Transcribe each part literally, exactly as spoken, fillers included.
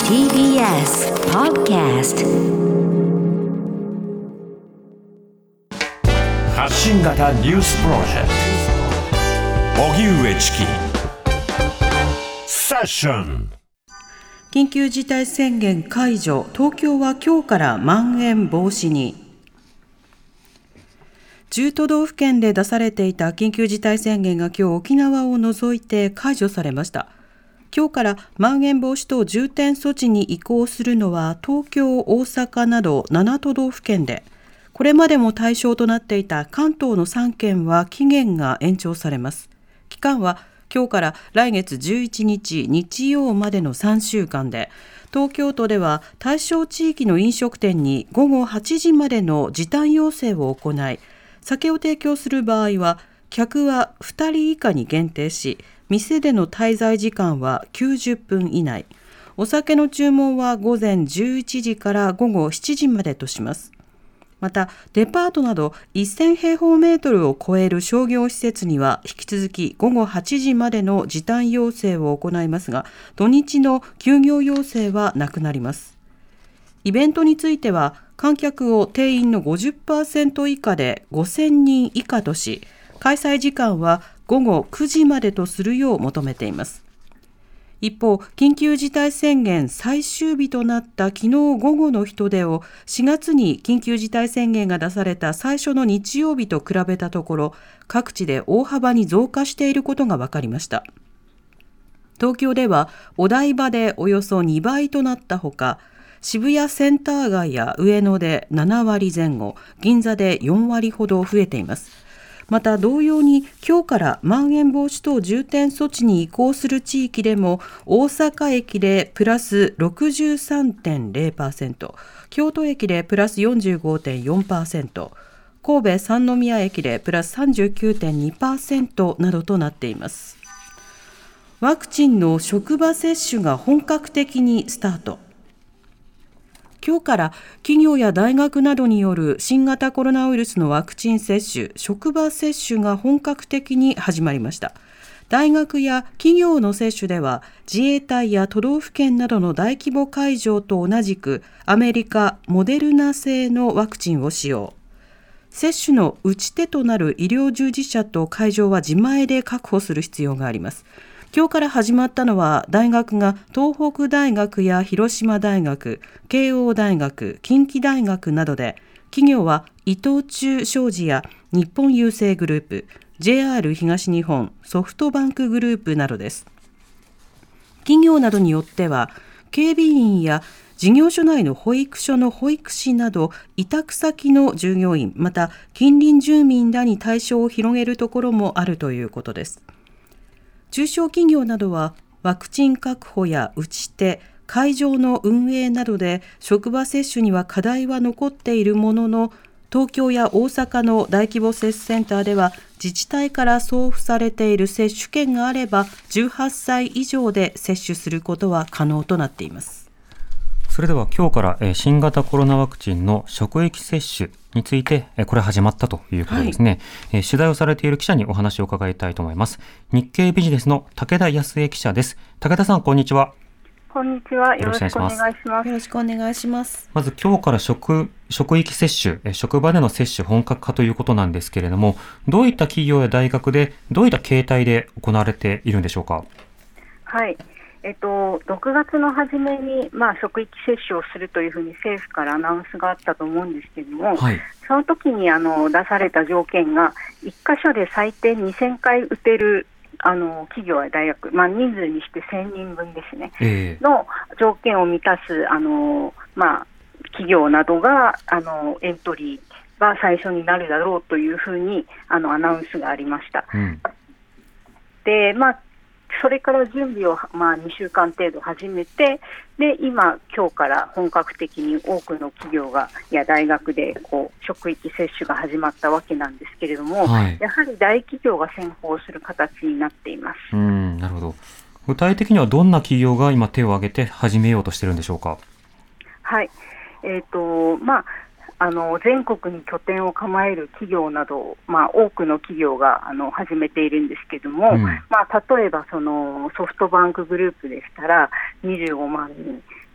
ティービーエス Podcast 発信型ニュースプロジェクト荻上チキセッション。 緊急事態宣言解除、東京は今日からまん延防止に。じゅう都道府県で出されていた緊急事態宣言が今日沖縄を除いて解除されました。今日からまん延防止等重点措置に移行するのは東京、大阪などなな都道府県で、これまでも対象となっていた関東のさん県は期限が延長されます。期間は今日から来月じゅういちにち日曜までのさんしゅうかんで、東京都では対象地域の飲食店に午後はちじまでの時短要請を行い、酒を提供する場合は客はふたり以下に限定し、店での滞在時間はきゅうじゅっぷん以内、お酒の注文は午前じゅういちじから午後しちじまでとします。またデパートなどせん平方メートルを超える商業施設には引き続き午後はちじまでの時短要請を行いますが、土日の休業要請はなくなります。イベントについては観客を定員の ごじゅっパーセント 以下でごせんにん以下とし、開催時間は午後くじまでとするよう求めています。一方、緊急事態宣言最終日となった昨日午後の人出をしがつに緊急事態宣言が出された最初の日曜日と比べたところ、各地で大幅に増加していることが分かりました。東京ではお台場でおよそにばいとなったほか、渋谷センター街や上野でななわりぜん後、銀座でよんわりほど増えています。また同様に今日からまん延防止等重点措置に移行する地域でも、大阪駅でプラス ろくじゅうさんてんぜろパーセント、京都駅でプラス よんじゅうごてんよんパーセント、神戸三宮駅でプラス さんじゅうきゅうてんにパーセント などとなっています。ワクチンの職場接種が本格的にスタート。今日から企業や大学などによる新型コロナウイルスのワクチン接種、職場接種が本格的に始まりました。大学や企業の接種では自衛隊や都道府県などの大規模会場と同じくアメリカ・モデルナ製のワクチンを使用。接種の打ち手となる医療従事者と会場は自前で確保する必要があります。今日から始まったのは、大学が東北大学や広島大学、慶応大学、近畿大学などで、企業は伊藤忠商事や日本郵政グループ、ジェイアール 東日本、ソフトバンクグループなどです。企業などによっては、警備員や事業所内の保育所の保育士など委託先の従業員、また近隣住民らに対象を広げるところもあるということです。中小企業などはワクチン確保や打ち手、会場の運営などで職場接種には課題は残っているものの、東京や大阪の大規模接種センターでは自治体から送付されている接種券があればじゅうはっさい以上で接種することは可能となっています。 それでは今日から新型コロナワクチンの職域接種についてこれ始まったということですね、はい、取材をされている記者にお話を伺いたいと思います。日経ビジネスの武田康江記者です。武田さん、こんにちは。 こんにちは。よろしくお願いします。 よろしくお願いします。 まず今日から 職, 職域接種、職場での接種本格化ということなんですけれども、どういった企業や大学でどういった形態で行われているんでしょうか。 はい。えっと、ろくがつの初めに、まあ、職域接種をするというふうに政府からアナウンスがあったと思うんですけれども、はい、その時にあの出された条件がいっかしょで最低にせんかい打てるあの企業や大学、まあ、人数にしてせんにんぶんですね、えー、の条件を満たすあの、まあ、企業などがあのエントリーが最初になるだろうというふうにあのアナウンスがありました、うん、で、まあそれから準備を、まあ、にしゅうかん程度始めて、で今今日から本格的に多くの企業がや大学でこう職域接種が始まったわけなんですけれども、はい、やはり大企業が先行する形になっています。 うん、なるほど。具体的にはどんな企業が今手を挙げて始めようとしているんでしょうか。 はい、えーとまああの全国に拠点を構える企業など、まあ、多くの企業があの始めているんですけども、うん、まあ、例えばそのソフトバンクグループでしたらにじゅうごまんにん、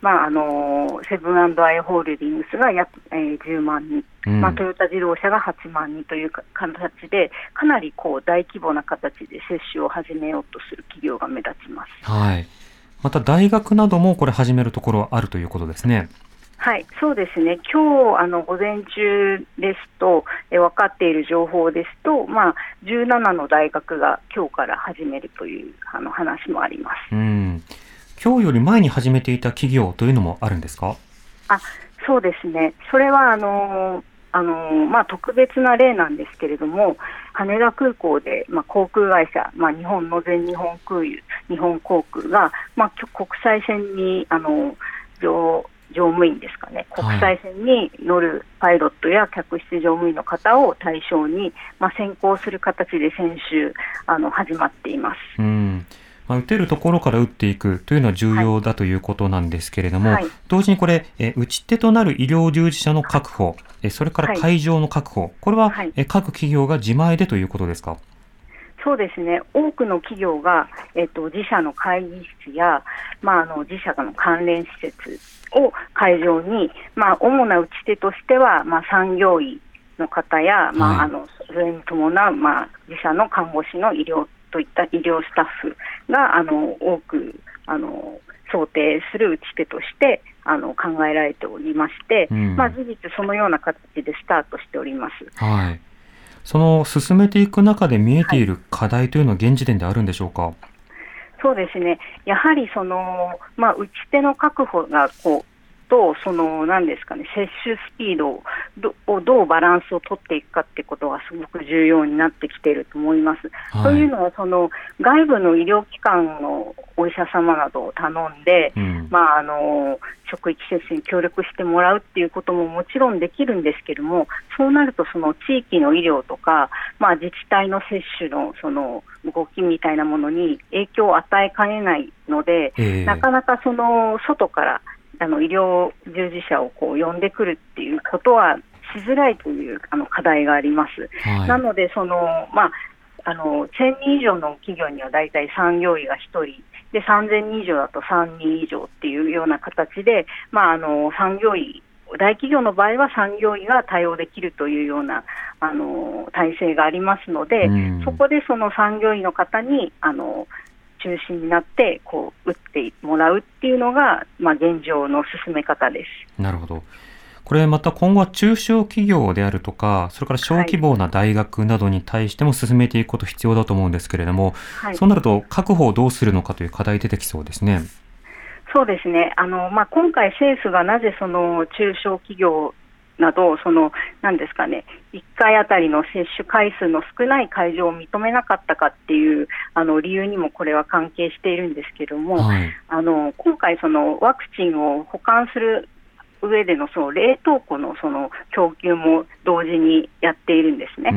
まあ、あのセブン&アイ・ホールディングスが約、えー、じゅうまんにん、うんまあ、トヨタ自動車がはちまんにんという形でかなりこう大規模な形で接種を始めようとする企業が目立ちます。 はい、また大学などもこれ始めるところはあるということですね。 はい、そうですね。今日あの午前中ですと、え分かっている情報ですと、まあ、じゅうななの大学が今日から始めるというあの話もあります。 うん今日より前に始めていた企業というのもあるんですか？ あ、そうですね。それはあのあの、まあ、特別な例なんですけれども、羽田空港で、まあ、航空会社、まあ、日本の全日本空輸、日本航空が、まあ、国際線にあの乗乗務員ですかね、国際線に乗るパイロットや客室乗務員の方を対象に、まあ、先行する形で先週あの始まっています。 うんまあ、打てるところから打っていくというのは重要だということなんですけれども、はい、同時にこれ、え打ち手となる医療従事者の確保、えそれから会場の確保、はい、これは、はい、え各企業が自前でということですか？ そうですね。多くの企業が、えっと、自社の会議室や、まあ、あの自社の関連施設を会場に、まあ、主な打ち手としては、まあ、産業医の方や、まあはい、あのそれに伴う、まあ、自社の看護師の医療といった医療スタッフがあの多くあの想定する打ち手としてあの考えられておりまして、うんまあ、事実そのような形でスタートしております。 はい、その進めていく中で見えている課題というのは現時点であるんでしょうか？はい、 そうですね。やはりその、まあ、打ち手の確保がこうとその何ですかね、接種スピードを ど, をどうバランスを取っていくかってことがすごく重要になってきていると思います。はい、というのはその外部の医療機関のお医者様などを頼んで、うんまあ、あの職域接種に協力してもらうっていうことももちろんできるんですけども、そうなるとその地域の医療とか、まあ、自治体の接種のその動きみたいなものに影響を与えかねないので、えー、なかなかその外からあの医療従事者をこう呼んでくるっていうことはしづらいというあの課題があります。はい、なのでその、まあ、あのせんにん以上の企業にはだいたい産業医がひとりでさんぜんにん以上だとさんにん以上っていうような形で、まあ、あの産業医大企業の場合は産業医が対応できるというようなあの体制がありますので、そこでその産業医の方にあの中心になってこう打ってもらうっていうのが、まあ、現状の進め方です。 なるほど。これまた今後は中小企業であるとか、それから小規模な大学などに対しても進めていくこと必要だと思うんですけれども、はい、そうなると確保をどうするのかという課題出てきそうですね。 そうですね。あの、まあ、今回政府がなぜその中小企業などその何ですかね、いっかいあたりの接種回数の少ない会場を認めなかったかっていうあの理由にもこれは関係しているんですけども、はい、あの今回そのワクチンを保管する上でのその冷凍庫のその供給も同時にやっているんですね。うん、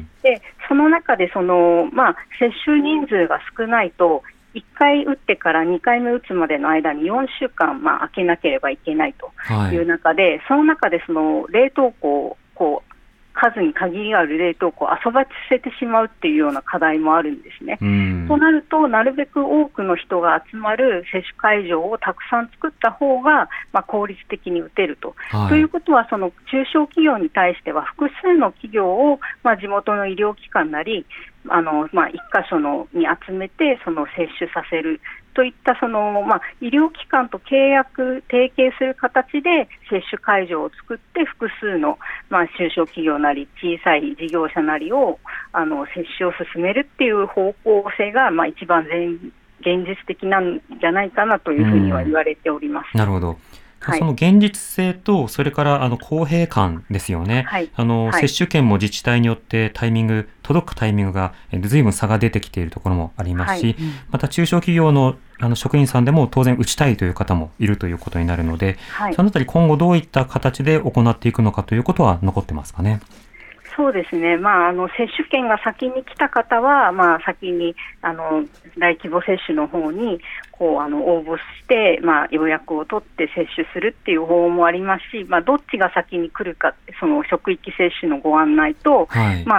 でその中でその、まあ、接種人数が少ないといっかい打ってからにかいめ打つまでの間によんしゅうかん、まあ、空けなければいけないという中で、はい、その中でその冷凍庫をこう数に限りある冷凍庫を遊ばせてしまうっていうような課題もあるんですね。となるとなるべく多くの人が集まる接種会場をたくさん作った方が、まあ、効率的に打てると、はい、ということはその中小企業に対しては複数の企業を、まあ、地元の医療機関なりあの、まあ、一箇所のに集めてその接種させるといったその、まあ、医療機関と契約提携する形で接種会場を作って複数の、まあ、中小企業なり小さい事業者なりをあの接種を進めるっていう方向性が、まあ、一番現実的なんじゃないかなというふうには言われております。 なるほど。その現実性とそれからあの公平感ですよね。はい、あの、はい、接種券も自治体によってタイミング届くタイミングが随分差が出てきているところもありますし、はい、また中小企業のあの職員さんでも当然打ちたいという方もいるということになるので、はい、そのあたり今後どういった形で行っていくのかということは残ってますかね。 そうですね、まあ、あの接種券が先に来た方は、まあ、先にあの大規模接種の方にこうあの応募して、まあ、予約を取って接種するっていう方法もありますし、まあ、どっちが先に来るかその職域接種のご案内と、はい、まあ、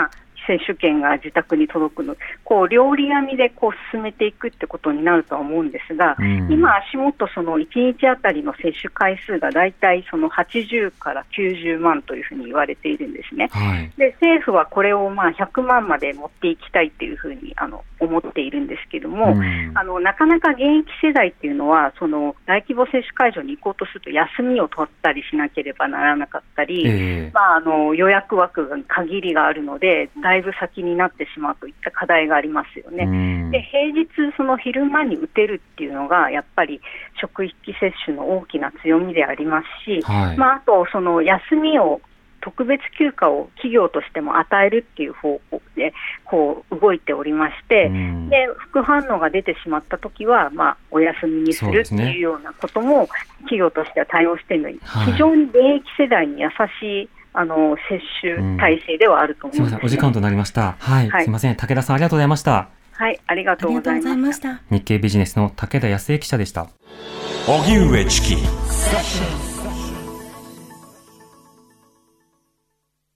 接種券が自宅に届くの、こう両利編みでこう進めていくってことになるとは思うんですが、うん、今足元そのいちにちあたりの接種回数がだいたいそのはちじゅうからきゅうじゅうまんというふうに言われているんですね、はい、で政府はこれをまあひゃくまんまで持っていきたいっていうふうにあの思っているんですけども、うん、あのなかなか現役世代っていうのはその大規模接種会場に行こうとすると休みを取ったりしなければならなかったり、えーまあ、あの予約枠が限りがあるのでだいぶ先になってしまうといった課題がありますよね、うん、で平日その昼間に打てるっていうのがやっぱり職域接種の大きな強みでありますし、はいまあ、あとその休みを特別休暇を企業としても与えるっていう方向でこう動いておりまして、うん、で副反応が出てしまったときは、まあ、お休みにするっていうようなことも企業としては対応しているのに、はい、非常に現役世代に優しいあの接種体制ではあると思います、ねうん、すみませんお時間となりました、はいはい、すみません武田さんありがとうございました。 はい、ありがとうございました。 日経ビジネスの武田康江記者でした。 荻上チキ